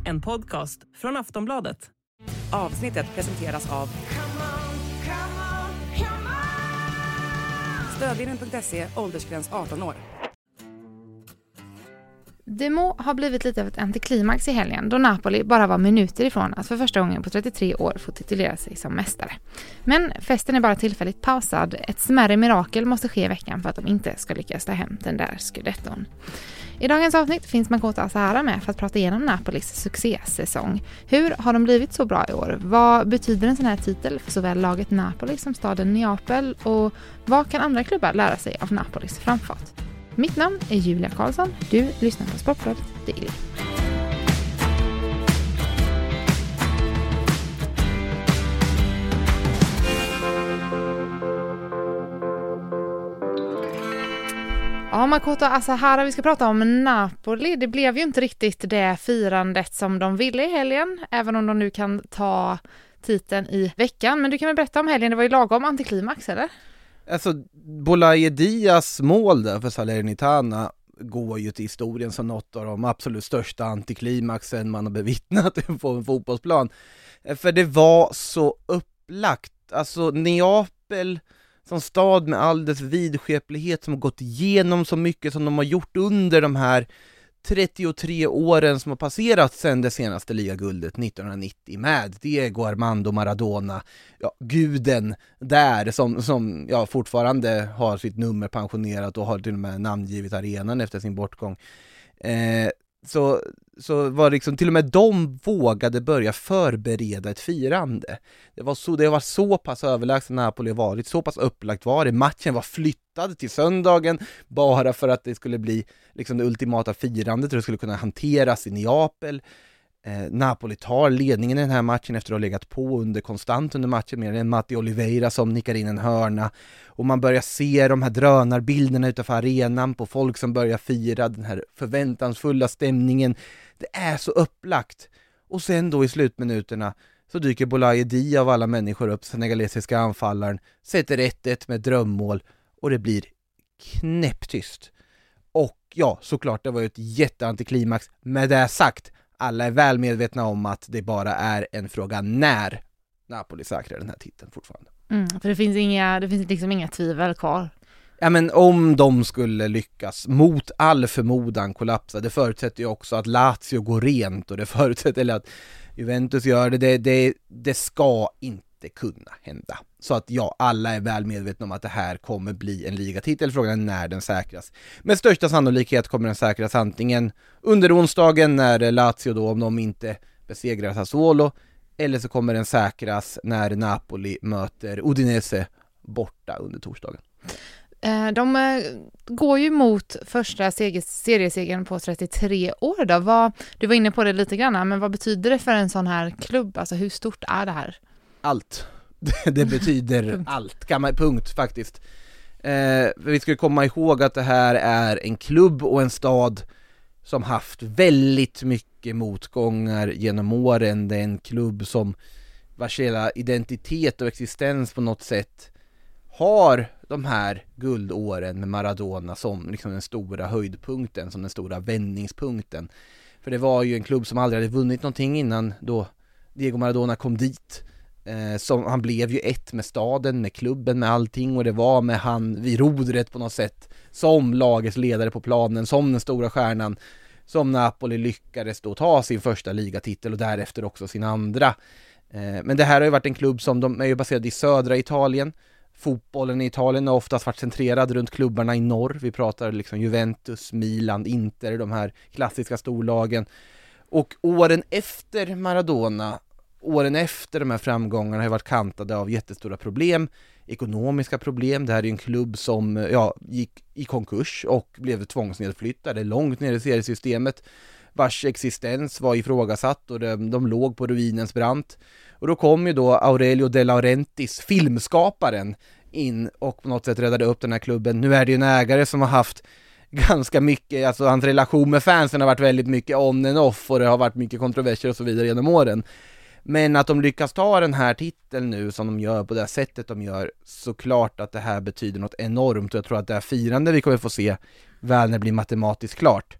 en podcast från Aftonbladet. Avsnittet presenteras av Stödvinnen.se, åldersgräns 18 år. Det må ha blivit lite av ett antiklimax i helgen då Napoli bara var minuter ifrån att för första gången på 33 år få titulera sig som mästare. Men festen är bara tillfälligt pausad. Ett smärre mirakel måste ske i veckan för att de inte ska lyckas ta hem den där scudetton. I dagens avsnitt finns Makoto Asahara med för att prata igenom Napolis succésäsong. Hur har de blivit så bra i år? Vad betyder en sån här titel för såväl laget Napoli som staden Neapel? Och vad kan andra klubbar lära sig av Napolis framfart? Mitt namn är Julia Karlsson. Du lyssnar på Sportbladet Daily. Ja, Makoto Asahara, vi ska prata om Napoli. Det blev ju inte riktigt det firandet som de ville i helgen, även om de nu kan ta titeln i veckan. Men du kan väl berätta om helgen, det var ju lagom antiklimax, eller? Alltså, Boulaye Diaz mål där för Salernitana går ju till historien som något av de absolut största antiklimaxen man har bevittnat på en fotbollsplan. För det var så upplagt. Alltså, Neapel som stad med all dess vidskeplighet som har gått igenom så mycket som de har gjort under de här 33 åren som har passerat sedan det senaste ligaguldet 1990 med Diego Armando Maradona, ja, guden där som fortfarande har sitt nummer pensionerat och har till och med namngivit arenan efter sin bortgång. Så var liksom till och med de vågade börja förbereda ett firande. Det var så pass överlägset Napoli varit, så pass upplagt var det. Matchen var flyttad till söndagen bara för att det skulle bli liksom det ultimata firandet och det skulle kunna hanteras i Neapel. Napoli tar ledningen i den här matchen efter att ha legat på konstant under matchen med en Matti Oliveira som nickar in en hörna, och man börjar se de här drönarbilderna utanför arenan på folk som börjar fira, den här förväntansfulla stämningen. Det är så upplagt. Och sen då i slutminuterna så dyker Boulaye Diaz av alla människor upp, senegalesiska anfallaren, sätter 1-1 med drömmål och det blir knäpptyst. Och ja, såklart det var ju ett jätteantiklimax. Med det sagt, alla är väl medvetna om att det bara är en fråga när Napoli säkrar den här titeln fortfarande. För det finns liksom inga tvivel kvar. Ja, men om de skulle lyckas mot all förmodan kollapsa, det förutsätter ju också att Lazio går rent, och det förutsätter att Juventus gör det. Det ska inte kunna hända. Så att ja, alla är väl medvetna om att det här kommer bli en ligatitel. Frågan är när den säkras. Med största sannolikhet kommer den säkras antingen under onsdagen när Lazio då, om de inte besegrar Sassuolo, eller så kommer den säkras när Napoli möter Udinese borta under torsdagen. De går ju mot första seriesegern på 33 år då. Du var inne på det lite grann, men vad betyder det för en sån här klubb? Alltså hur stort är det här? Allt. Det betyder allt. Punkt faktiskt. Vi ska komma ihåg att det här är en klubb och en stad som haft väldigt mycket motgångar genom åren. Det är en klubb som vars hela identitet och existens på något sätt har de här guldåren med Maradona som liksom den stora höjdpunkten, som den stora vändningspunkten. För det var ju en klubb som aldrig hade vunnit någonting innan då Diego Maradona kom dit. Han blev ju ett med staden, med klubben, med allting, och det var med han vid rodret på något sätt som lagets ledare på planen, som den stora stjärnan, som Napoli lyckades då ta sin första ligatitel och därefter också sin andra. Men det här har ju varit en klubb som de är ju baserad i södra Italien. Fotbollen i Italien har oftast varit centrerad runt klubbarna i norr. Vi pratar liksom Juventus, Milan, Inter, de här klassiska storlagen. Och åren efter Maradona, åren efter de här framgångarna har varit kantade av jättestora problem, ekonomiska problem. Det här är en klubb som gick i konkurs och blev tvångsnedflyttade långt ner i seriesystemet, vars existens var ifrågasatt och de låg på ruinens brant. Och då kom ju då Aurelio De Laurentiis, filmskaparen, in och på något sätt räddade upp den här klubben. Nu är det ju en ägare som har haft ganska mycket, alltså hans relation med fansen har varit väldigt mycket on and off, och det har varit mycket kontroverser och så vidare genom åren. Men att de lyckas ta den här titeln nu som de gör på det här sättet de gör, så klart att det här betyder något enormt. Och jag tror att det här firande vi kommer få se väl när det blir matematiskt klart,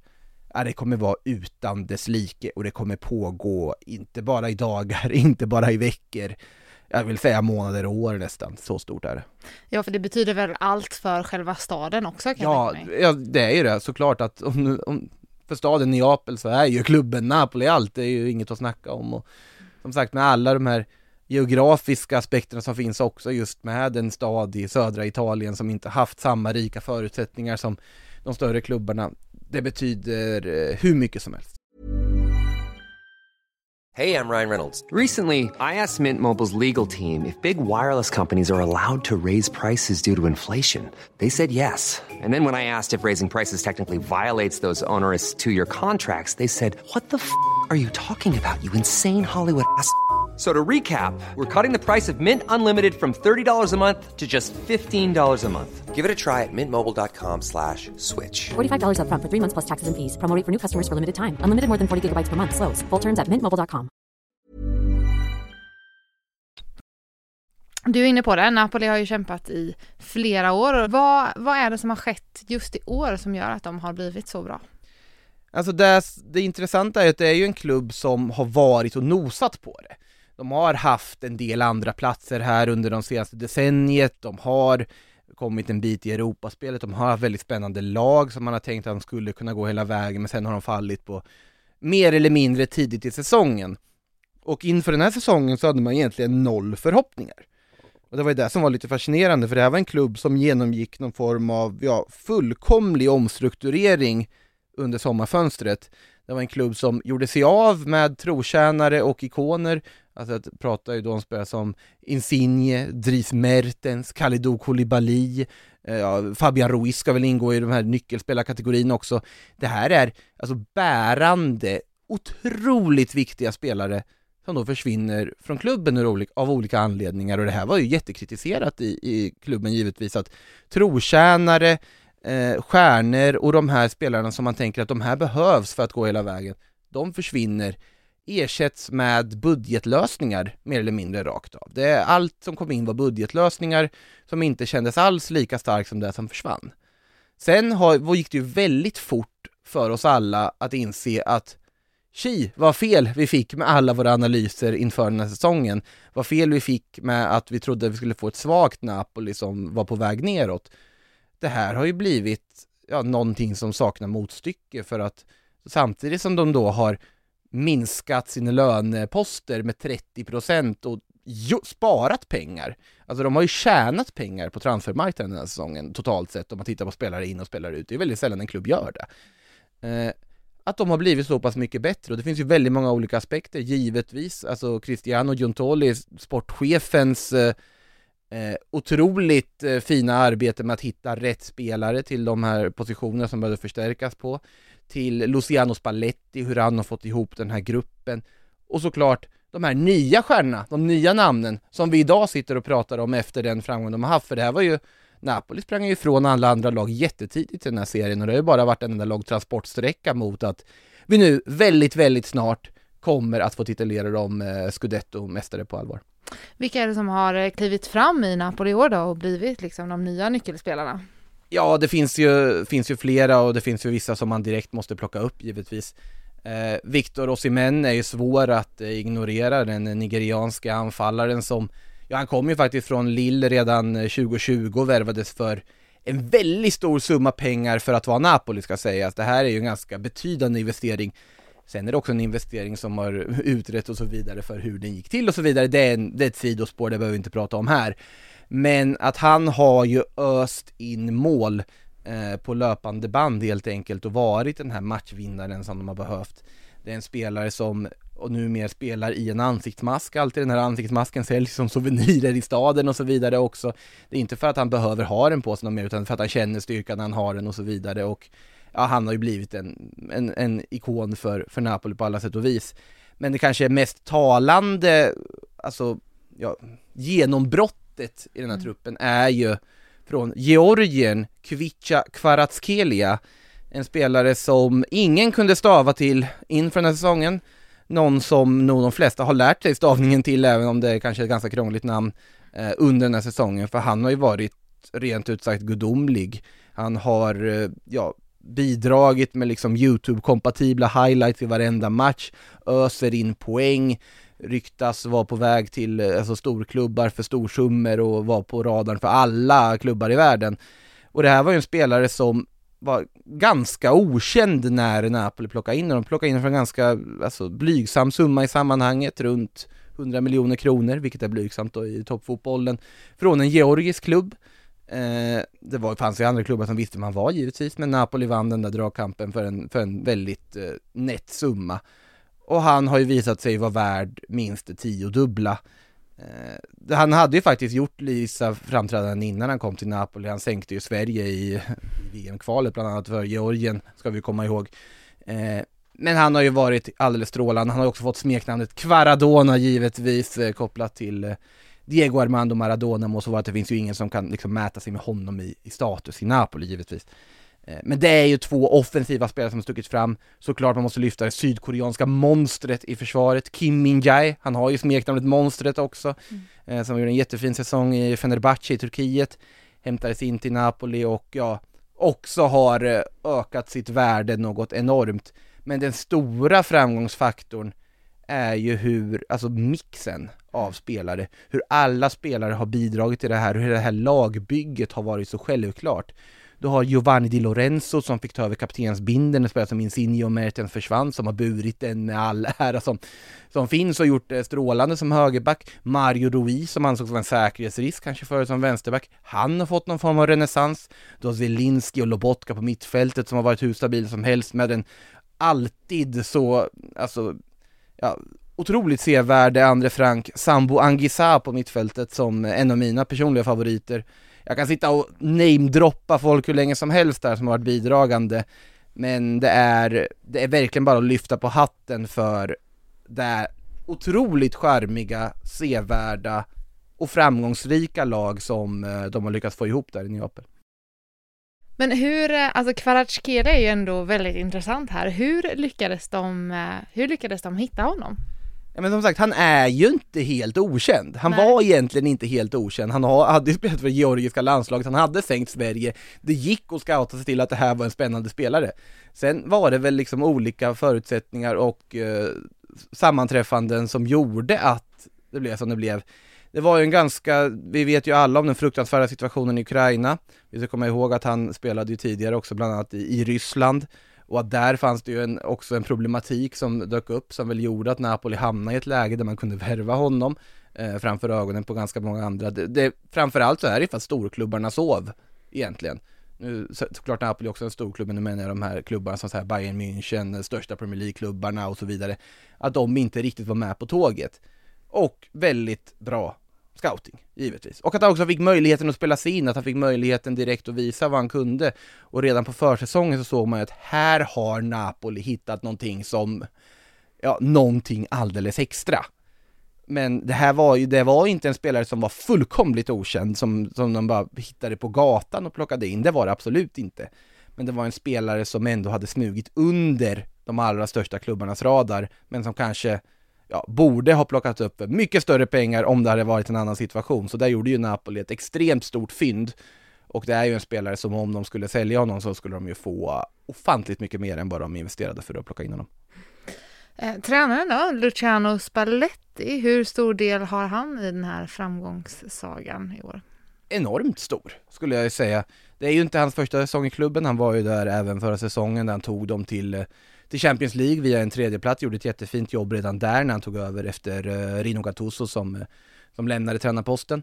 det kommer vara utan dess like, och det kommer pågå inte bara i dagar, inte bara i veckor, jag vill säga månader och år nästan, så stort är det. Ja, för det betyder väl allt för själva staden också, kan jag tänka mig. Ja, det är ju det, såklart att för staden Neapel så är ju klubben Napoli allt, det är ju inget att snacka om, och som sagt med alla de här geografiska aspekterna som finns också, just med en stad i södra Italien som inte haft samma rika förutsättningar som de större klubbarna, det betyder hur mycket som helst. Hey, I'm Ryan Reynolds. Recently, I asked Mint Mobile's legal team if big wireless companies are allowed to raise prices due to inflation. They said yes. And then when I asked if raising prices technically violates those onerous 2-year contracts, they said, "What the f*** are you talking about, you insane Hollywood ass?" So to recap, we're cutting the price of Mint Unlimited from $30 a month to just $15 a month. Give it a try at mintmobile.com/switch. $45 up front for 3 months plus taxes and fees. Promo rate for new customers for limited time. Unlimited more than 40 gigabytes per month. Slows full terms at mintmobile.com. Du är inne på det, Napoli har ju kämpat i flera år. Vad är det som har skett just i år som gör att de har blivit så bra? Alltså det intressanta är att det är ju en klubb som har varit och nosat på det. De har haft en del andra platser här under de senaste decenniet. De har kommit en bit i Europaspelet. De har väldigt spännande lag som man har tänkt att de skulle kunna gå hela vägen. Men sen har de fallit på mer eller mindre tidigt i säsongen. Och inför den här säsongen så hade man egentligen 0 förhoppningar. Och det var ju det som var lite fascinerande. För det här var en klubb som genomgick någon form av fullkomlig omstrukturering under sommarfönstret. Det var en klubb som gjorde sig av med trotjänare och ikoner. Alltså att prata ju då om spelare som Insigne, Dries Mertens, Kalidou Koulibaly, Fabian Ruiz ska väl ingå i de här nyckelspelarkategorin också. Det här är alltså bärande, otroligt viktiga spelare som då försvinner från klubben av olika anledningar. Och det här var ju jättekritiserat i klubben givetvis, att trotjänare, stjärnor och de här spelarna som man tänker att de här behövs för att gå hela vägen, de försvinner, ersätts med budgetlösningar mer eller mindre rakt av. Allt som kom in var budgetlösningar som inte kändes alls lika starkt som det som försvann. Sen gick det ju väldigt fort för oss alla att inse att vad fel vi fick med alla våra analyser inför den här säsongen. Vad fel vi fick med att vi trodde att vi skulle få ett svagt Napoli som var på väg neråt. Det här har ju blivit någonting som saknar motstycke, för att samtidigt som de då har minskat sina löneposter med 30% och sparat pengar. Alltså de har ju tjänat pengar på transfermarknaden den här säsongen totalt sett, om man tittar på spelare in och spelare ut. Det är väldigt sällan en klubb gör det. Att de har blivit så pass mycket bättre, och det finns ju väldigt många olika aspekter givetvis. Alltså Cristiano Giuntoli, sportchefens otroligt fina arbete med att hitta rätt spelare till de här positionerna som behöver förstärkas på, till Luciano Spalletti, hur han har fått ihop den här gruppen, och såklart de här nya stjärnorna, de nya namnen som vi idag sitter och pratar om efter den framgång de har haft. För det här var ju, Napoli sprang ju ifrån alla andra lag jättetidigt i den här serien, och det har ju bara varit en enda lång transportsträcka mot att vi nu väldigt, väldigt snart kommer att få titulera dem Scudetto-mästare på allvar. Vilka är det som har klivit fram i Napoli i år då och blivit liksom de nya nyckelspelarna? Ja, det finns ju flera, och det finns ju vissa som man direkt måste plocka upp givetvis. Victor Osimhen är ju svår att ignorera, den nigerianska anfallaren som, han kom ju faktiskt från Lille redan 2020 och värvades för en väldigt stor summa pengar för att vara Napoli, ska sägas. Det här är ju en ganska betydande investering. Sen är det också en investering som har utrett och så vidare för hur den gick till och så vidare. Det är ett sidospår, det behöver vi inte prata om här. Men att han har ju öst in mål på löpande band helt enkelt och varit den här matchvinnaren som de har behövt. Det är en spelare som och numera spelar i en ansiktsmask. Alltid den här ansiktsmasken säljs som souvenirer i staden och så vidare också. Det är inte för att han behöver ha den på sig mer, utan för att han känner styrkan när han har den och så vidare. Och han har ju blivit en ikon för Napoli på alla sätt och vis. Men det kanske är mest talande, alltså genombrottet i den här truppen är ju från Georgien, Kvicha Kvaratskhelia, en spelare som ingen kunde stava till inför den här säsongen. Någon som nog de flesta har lärt sig stavningen till, även om det är kanske ett ganska krångligt namn under den här säsongen. För han har ju varit rent ut sagt gudomlig. Han har bidragit med liksom YouTube-kompatibla highlights i varenda match, öser in poäng, ryktas vara på väg till alltså storklubbar för storsummor och var på radarn för alla klubbar i världen. Och det här var ju en spelare som var ganska okänd när Napoli plockade in. De plockade in för en ganska blygsam summa i sammanhanget, runt 100 miljoner kronor, vilket är blygsamt då i toppfotbollen, från en georgisk klubb. Fanns ju andra klubbar som visste man var givetvis, men Napoli vann den där dragkampen för en väldigt nätt summa. Och han har ju visat sig vara värd minst 10-dubbla. Han hade ju faktiskt gjort Lisa framträdanden innan han kom till Napoli. Han sänkte ju Sverige i VM-kvalet bland annat för Georgien, ska vi komma ihåg. Men han har ju varit alldeles strålande. Han har också fått smeknamnet Kvaradona givetvis, kopplat till Diego Armando Maradona. Måste vara att det finns ju ingen som kan liksom mäta sig med honom i status i Napoli givetvis. Men det är ju två offensiva spelare som har stuckit fram. Såklart man måste lyfta det sydkoreanska monstret i försvaret, Kim Min-jae. Han har ju smeknamnet monstret också, som gjorde en jättefin säsong i Fenerbahce i Turkiet. Hämtades in till Napoli och också har ökat sitt värde något enormt. Men den stora framgångsfaktorn är ju mixen av spelare. Hur alla spelare har bidragit till det här. Hur det här lagbygget har varit så självklart. Du har Giovanni Di Lorenzo som fick ta över kaptensbindeln, en spelare som Insigne och Mertens försvann, som har burit den med all ära som finns och gjort strålande som högerback. Mario Ruiz som ansågs vara en säkerhetsrisk kanske förut som vänsterback. Han har fått någon form av renässans. Du har Zelinski och Lobotka på mittfältet som har varit hur stabil som helst med en alltid så otroligt sevärde Andre Frank Sambo Anguissa på mittfältet som en av mina personliga favoriter. Jag kan sitta och namedroppa folk hur länge som helst där som har varit bidragande, men det är verkligen bara att lyfta på hatten för det otroligt charmiga, sevärda och framgångsrika lag som de har lyckats få ihop där i Neapel. Men Kvaratskhelia är ju ändå väldigt intressant här. Hur lyckades de hitta honom? Ja, men som sagt, han är ju inte helt okänd. Han var egentligen inte helt okänd. Han hade spelat för det georgiska landslaget. Han hade sänkt Sverige. Det gick att scouta sig till att det här var en spännande spelare. Sen var det väl liksom olika förutsättningar och sammanträffanden som gjorde att det blev som det blev. Det var ju vi vet ju alla om den fruktansvärda situationen i Ukraina. Vi ska komma ihåg att han spelade ju tidigare också bland annat i Ryssland. Och att där fanns det ju också en problematik som dök upp som väl gjorde att Napoli hamnade i ett läge där man kunde värva honom framför ögonen på ganska många andra. Framförallt så är det för att storklubbarna sov egentligen. Nu såklart Napoli också en storklubb, men nu menar jag de här klubbarna som så här Bayern München, största Premier League-klubbarna och så vidare. Att de inte riktigt var med på tåget. Och väldigt bra scouting, givetvis. Och att han också fick möjligheten att spela sig in, att han fick möjligheten direkt att visa vad han kunde. Och redan på försäsongen så såg man ju att här har Napoli hittat någonting alldeles extra. Men det var inte en spelare som var fullkomligt okänd, som de bara hittade på gatan och plockade in. Det var det absolut inte. Men det var en spelare som ändå hade smugit under de allra största klubbarnas radar, men som kanske borde ha plockat upp mycket större pengar om det hade varit en annan situation. Så där gjorde ju Napoli ett extremt stort fynd. Och det är ju en spelare som om de skulle sälja honom så skulle de ju få ofantligt mycket mer än vad de investerade för att plocka in honom. Tränaren då, Luciano Spalletti, hur stor del har han i den här framgångssagan i år? Enormt stor, skulle jag säga. Det är ju inte hans första säsong i klubben. Han var ju där även förra säsongen där han tog dem till Champions League via en tredje plats. Gjorde ett jättefint jobb redan där när han tog över efter Rino Gattuso som lämnade tränarposten.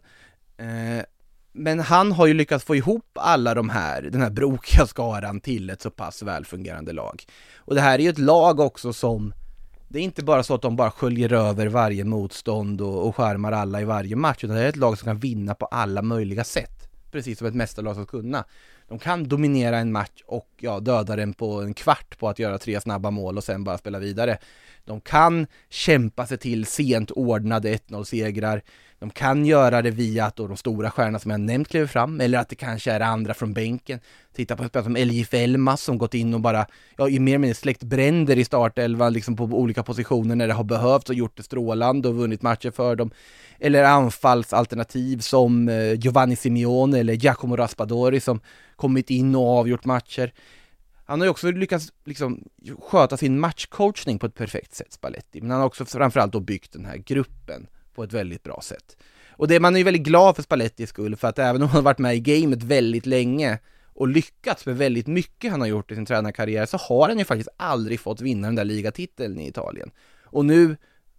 Men han har ju lyckats få ihop den här brokiga skaran till ett så pass välfungerande lag. Och det här är ju ett lag också som, det är inte bara så att de bara sköljer över varje motstånd och skärmar alla i varje match, utan det är ett lag som kan vinna på alla möjliga sätt. Precis som ett mästarlag ska kunna. De kan dominera en match och döda den på en kvart på att göra 3 snabba mål och sen bara spela vidare. De kan kämpa sig till sent ordnade 1-0-segrar. De kan göra det via att de stora stjärnorna som jag nämnt kliver fram, eller att det kanske är andra från bänken. Titta på en spelare som Eljif Elmas som gått in och bara i mer eller mindre släckt bränder i startelvan liksom på olika positioner när det har behövts och gjort det strålande och vunnit matcher för dem. Eller anfallsalternativ som Giovanni Simeone eller Giacomo Raspadori som kommit in och avgjort matcher. Han har ju också lyckats liksom sköta sin matchcoachning på ett perfekt sätt, Spalletti. Men han har också framförallt då byggt den här gruppen på ett väldigt bra sätt. Och man är ju väldigt glad för Spallettis skull, för att även om han har varit med i gamet väldigt länge och lyckats med väldigt mycket han har gjort i sin tränarkarriär, så har han ju faktiskt aldrig fått vinna den där ligatiteln i Italien. Och nu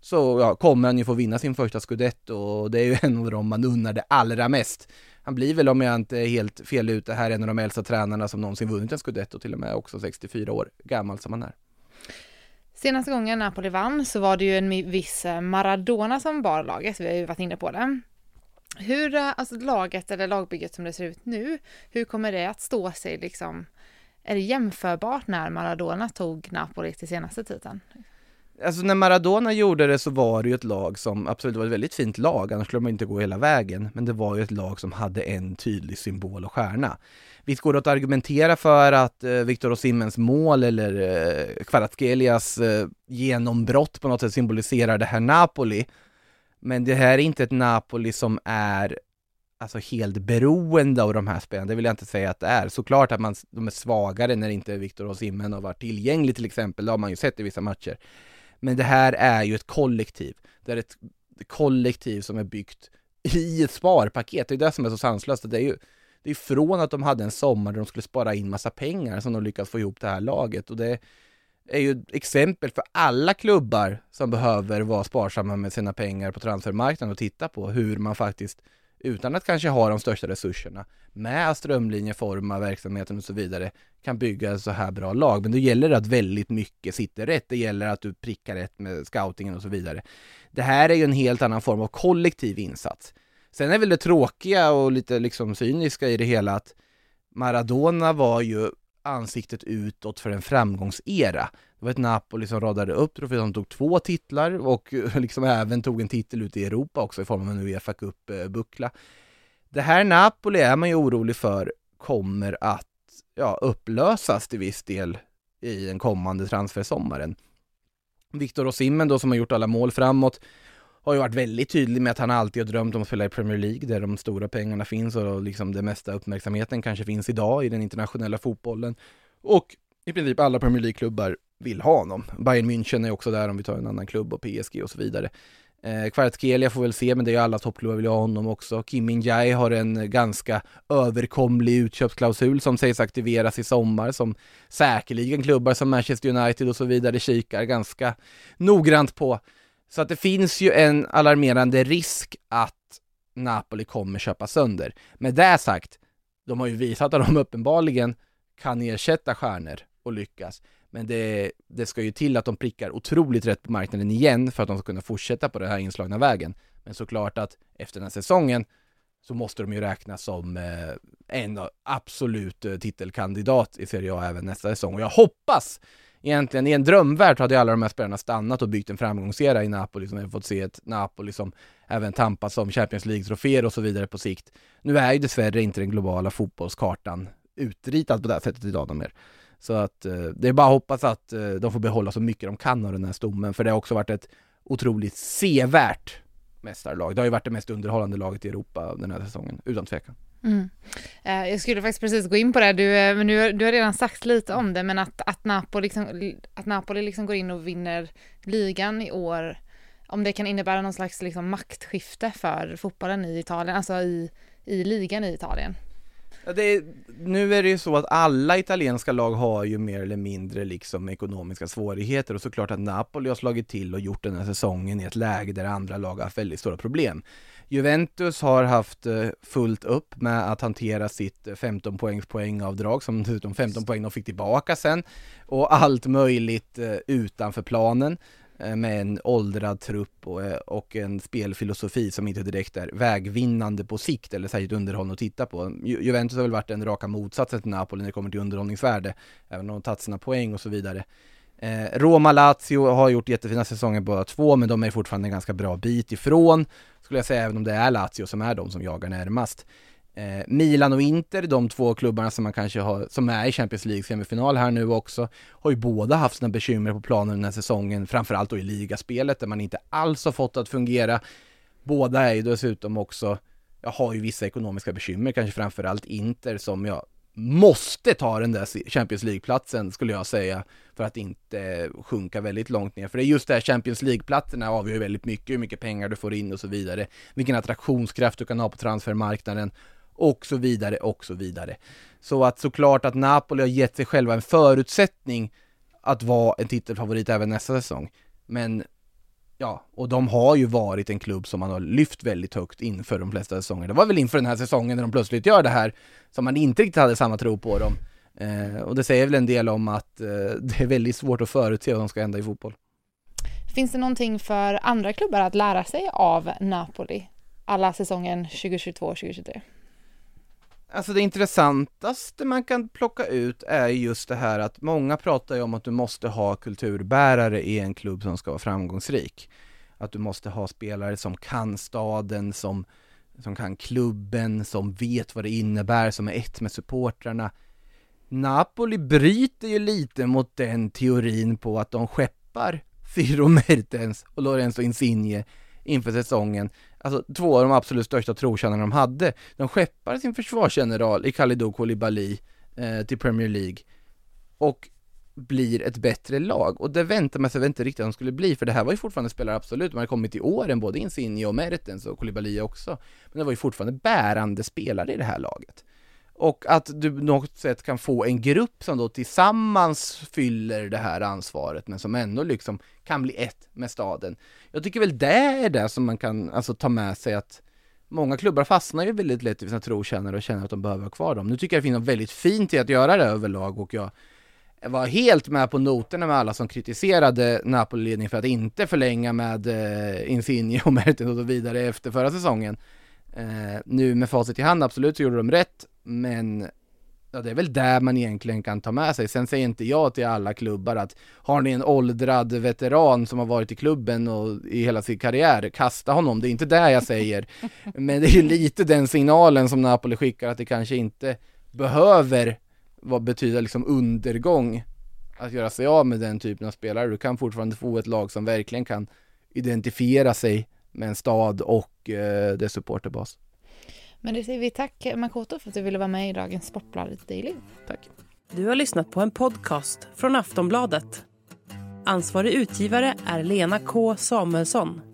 så kommer han ju få vinna sin första scudetto, och det är ju en av dem man unnar det allra mest. Han blir väl, om jag inte är helt fel ute här, en av de äldsta tränarna som någonsin vunnit en scudetto, till och med också 64 år gammal som han är. Senaste gången Napoli vann så var det ju en viss Maradona som bar laget, vi har ju varit inne på det. Hur, alltså laget eller lagbygget som det ser ut nu, hur kommer det att stå sig liksom? Är det jämförbart när Maradona tog Napoli till senaste titeln? Alltså när Maradona gjorde det så var det ju ett lag som absolut var ett väldigt fint lag, annars skulle man inte gå hela vägen, men det var ju ett lag som hade en tydlig symbol och stjärna. Visst går det att argumentera för att Victor Osimhens mål eller Kvaratskheლიas genombrott på något sätt symboliserar det här Napoli, men det här är inte ett Napoli som är alltså helt beroende av de här spelarna. Det vill jag inte säga att det är. Såklart att de är svagare när inte Victor Osimhen har varit tillgänglig till exempel. Det har man ju sett i vissa matcher. Men det här är ju ett kollektiv. Det är ett kollektiv som är byggt i ett sparpaket. Det är det som är så sanslöst. Det är från att de hade en sommar där de skulle spara in massa pengar som de lyckas få ihop det här laget. Och det är ju ett exempel för alla klubbar som behöver vara sparsamma med sina pengar på transfermarknaden och titta på hur man faktiskt, utan att kanske ha de största resurserna, med strömlinjeforma verksamheten och så vidare, kan bygga så här bra lag. Men det gäller att väldigt mycket sitter rätt. Det gäller att du prickar rätt med scoutingen och så vidare. Det här är ju en helt annan form av kollektiv insats. Sen är väl det tråkiga och lite liksom cyniska i det hela att Maradona var ju ansiktet utåt för en framgångsera. Det var ett Napoli som radade upp troféer, som tog 2 titlar och liksom även tog en titel ute i Europa också i form av en UEFA Cup-buckla. Det här Napoli är man ju orolig för kommer att upplösas till viss del i den kommande transfersommaren. Victor Osimhen då, som har gjort alla mål framåt, har ju varit väldigt tydlig med att han alltid har drömt om att spela i Premier League där de stora pengarna finns och liksom det mesta uppmärksamheten kanske finns idag i den internationella fotbollen. Och i princip alla Premier League-klubbar vill ha honom. Bayern München är också där om vi tar en annan klubb och PSG och så vidare. Kvaratskhelia får väl se, men det är ju alla toppklubbar vill ha honom också. Kim Min-jae har en ganska överkomlig utköpsklausul som sägs aktiveras i sommar, som säkerligen klubbar som Manchester United och så vidare kikar ganska noggrant på. Så att det finns ju en alarmerande risk att Napoli kommer köpa sönder. Med det sagt, de har ju visat att de uppenbarligen kan ersätta stjärnor och lyckas. Men det ska ju till att de prickar otroligt rätt på marknaden igen för att de ska kunna fortsätta på den här inslagna vägen. Men såklart att efter den här säsongen så måste de ju räknas som en absolut titelkandidat i Serie A även nästa säsong. Och jag hoppas egentligen, i en drömvärld hade alla de här spelarna stannat och byggt en framgångsera i Napoli, som vi har fått se ett Napoli som även tampas om Champions League-troféer och så vidare på sikt. Nu är ju dessvärre inte den globala fotbollskartan utritad på det här sättet idag mer. Så att det är bara att hoppas att de får behålla så mycket de kan av den här stommen, för det har också varit ett otroligt sevärt mästarlag. Det har ju varit det mest underhållande laget i Europa den här säsongen, utan tvekan. Mm. Jag skulle faktiskt precis gå in på det. Du har redan sagt lite om det, men att Napoli liksom går in och vinner ligan i år, om det kan innebära någon slags liksom maktskifte för fotbollen i Italien, alltså i ligan i Italien. Ja, nu är det ju så att alla italienska lag har ju mer eller mindre liksom ekonomiska svårigheter, och såklart att Napoli har slagit till och gjort den här säsongen i ett läge där andra lag har haft väldigt stora problem. Juventus har haft fullt upp med att hantera sitt 15 poängavdrag, som dessutom 15 poäng de fick tillbaka sen, och allt möjligt utanför planen med en åldrad trupp och en spelfilosofi som inte direkt är vägvinnande på sikt eller särskilt underhållande att titta på. Juventus har väl varit en raka motsatsen till Napoli när det kommer till underhållningsvärde, även om de har tagit sina poäng och så vidare. Roma-Lazio har gjort jättefina säsonger båda två, men de är fortfarande en ganska bra bit ifrån, skulle jag säga, även om det är Lazio som är de som jagar närmast. Milan och Inter, de två klubbarna som man kanske har, som är i Champions League semifinal här nu också, har ju båda haft sina bekymmer på planen den här säsongen, framförallt då i ligaspelet där man inte alls har fått att fungera. Båda är ju dessutom också, har ju vissa ekonomiska bekymmer, kanske framförallt Inter som måste ta den där Champions League-platsen, skulle jag säga, för att inte sjunka väldigt långt ner. För det är just det här, Champions League-platserna avgör väldigt mycket, hur mycket pengar du får in och så vidare, vilken attraktionskraft du kan ha på transfermarknaden och så vidare och så vidare. Så att såklart att Napoli har gett sig själva en förutsättning att vara en titelfavorit även nästa säsong. Men ja, och de har ju varit en klubb som man har lyft väldigt högt inför de flesta säsonger. Det var väl inför den här säsongen när de plötsligt gör det här som man inte riktigt hade samma tro på dem. Och det säger väl en del om att det är väldigt svårt att förutse vad som ska hända i fotboll. Finns det någonting för andra klubbar att lära sig av Napoli alla säsongen 2022-2023? Alltså det intressantaste man kan plocka ut är just det här att många pratar ju om att du måste ha kulturbärare i en klubb som ska vara framgångsrik. Att du måste ha spelare som kan staden, som kan klubben, som vet vad det innebär, som är ett med supportrarna. Napoli bryter ju lite mot den teorin på att de skeppar Ciro Mertens och Lorenzo Insigne inför säsongen. Alltså 2 av de absolut största trotjänarna de hade. De skeppar sin försvarsgeneral i Kalidou Koulibaly till Premier League och blir ett bättre lag. Och det väntar man sig inte riktigt att de skulle bli, för det här var ju fortfarande spelare absolut. Man hade kommit i åren, både Insigne och Mertens och Koulibaly också. Men det var ju fortfarande bärande spelare i det här laget. Och att du på något sätt kan få en grupp som då tillsammans fyller det här ansvaret, men som ändå liksom kan bli ett med staden. Jag tycker väl det är det som man kan alltså ta med sig, att många klubbar fastnar ju väldigt lätt i sina trotjänare och känner att de behöver ha kvar dem. Nu tycker jag det finns något väldigt fint i att göra det överlag, och jag var helt med på noterna med alla som kritiserade Napoli-ledningen för att inte förlänga med Insigne och Mertens och så vidare efter förra säsongen. Nu med facit i hand, absolut så gjorde de rätt, men ja, det är väl där man egentligen kan ta med sig. Sen säger inte jag till alla klubbar att har ni en åldrad veteran som har varit i klubben och i hela sin karriär, kasta honom. Det är inte det jag säger. Men det är ju lite den signalen som Napoli skickar, att det kanske inte behöver betyda liksom undergång att göra sig av med den typen av spelare. Du kan fortfarande få ett lag som verkligen kan identifiera sig med en stad och dess supporterbas. Men det säger vi tack Makoto för att du ville vara med i dagens Sportbladet Daily. Tack. Du har lyssnat på en podcast från Aftonbladet. Ansvarig utgivare är Lena K. Samuelsson.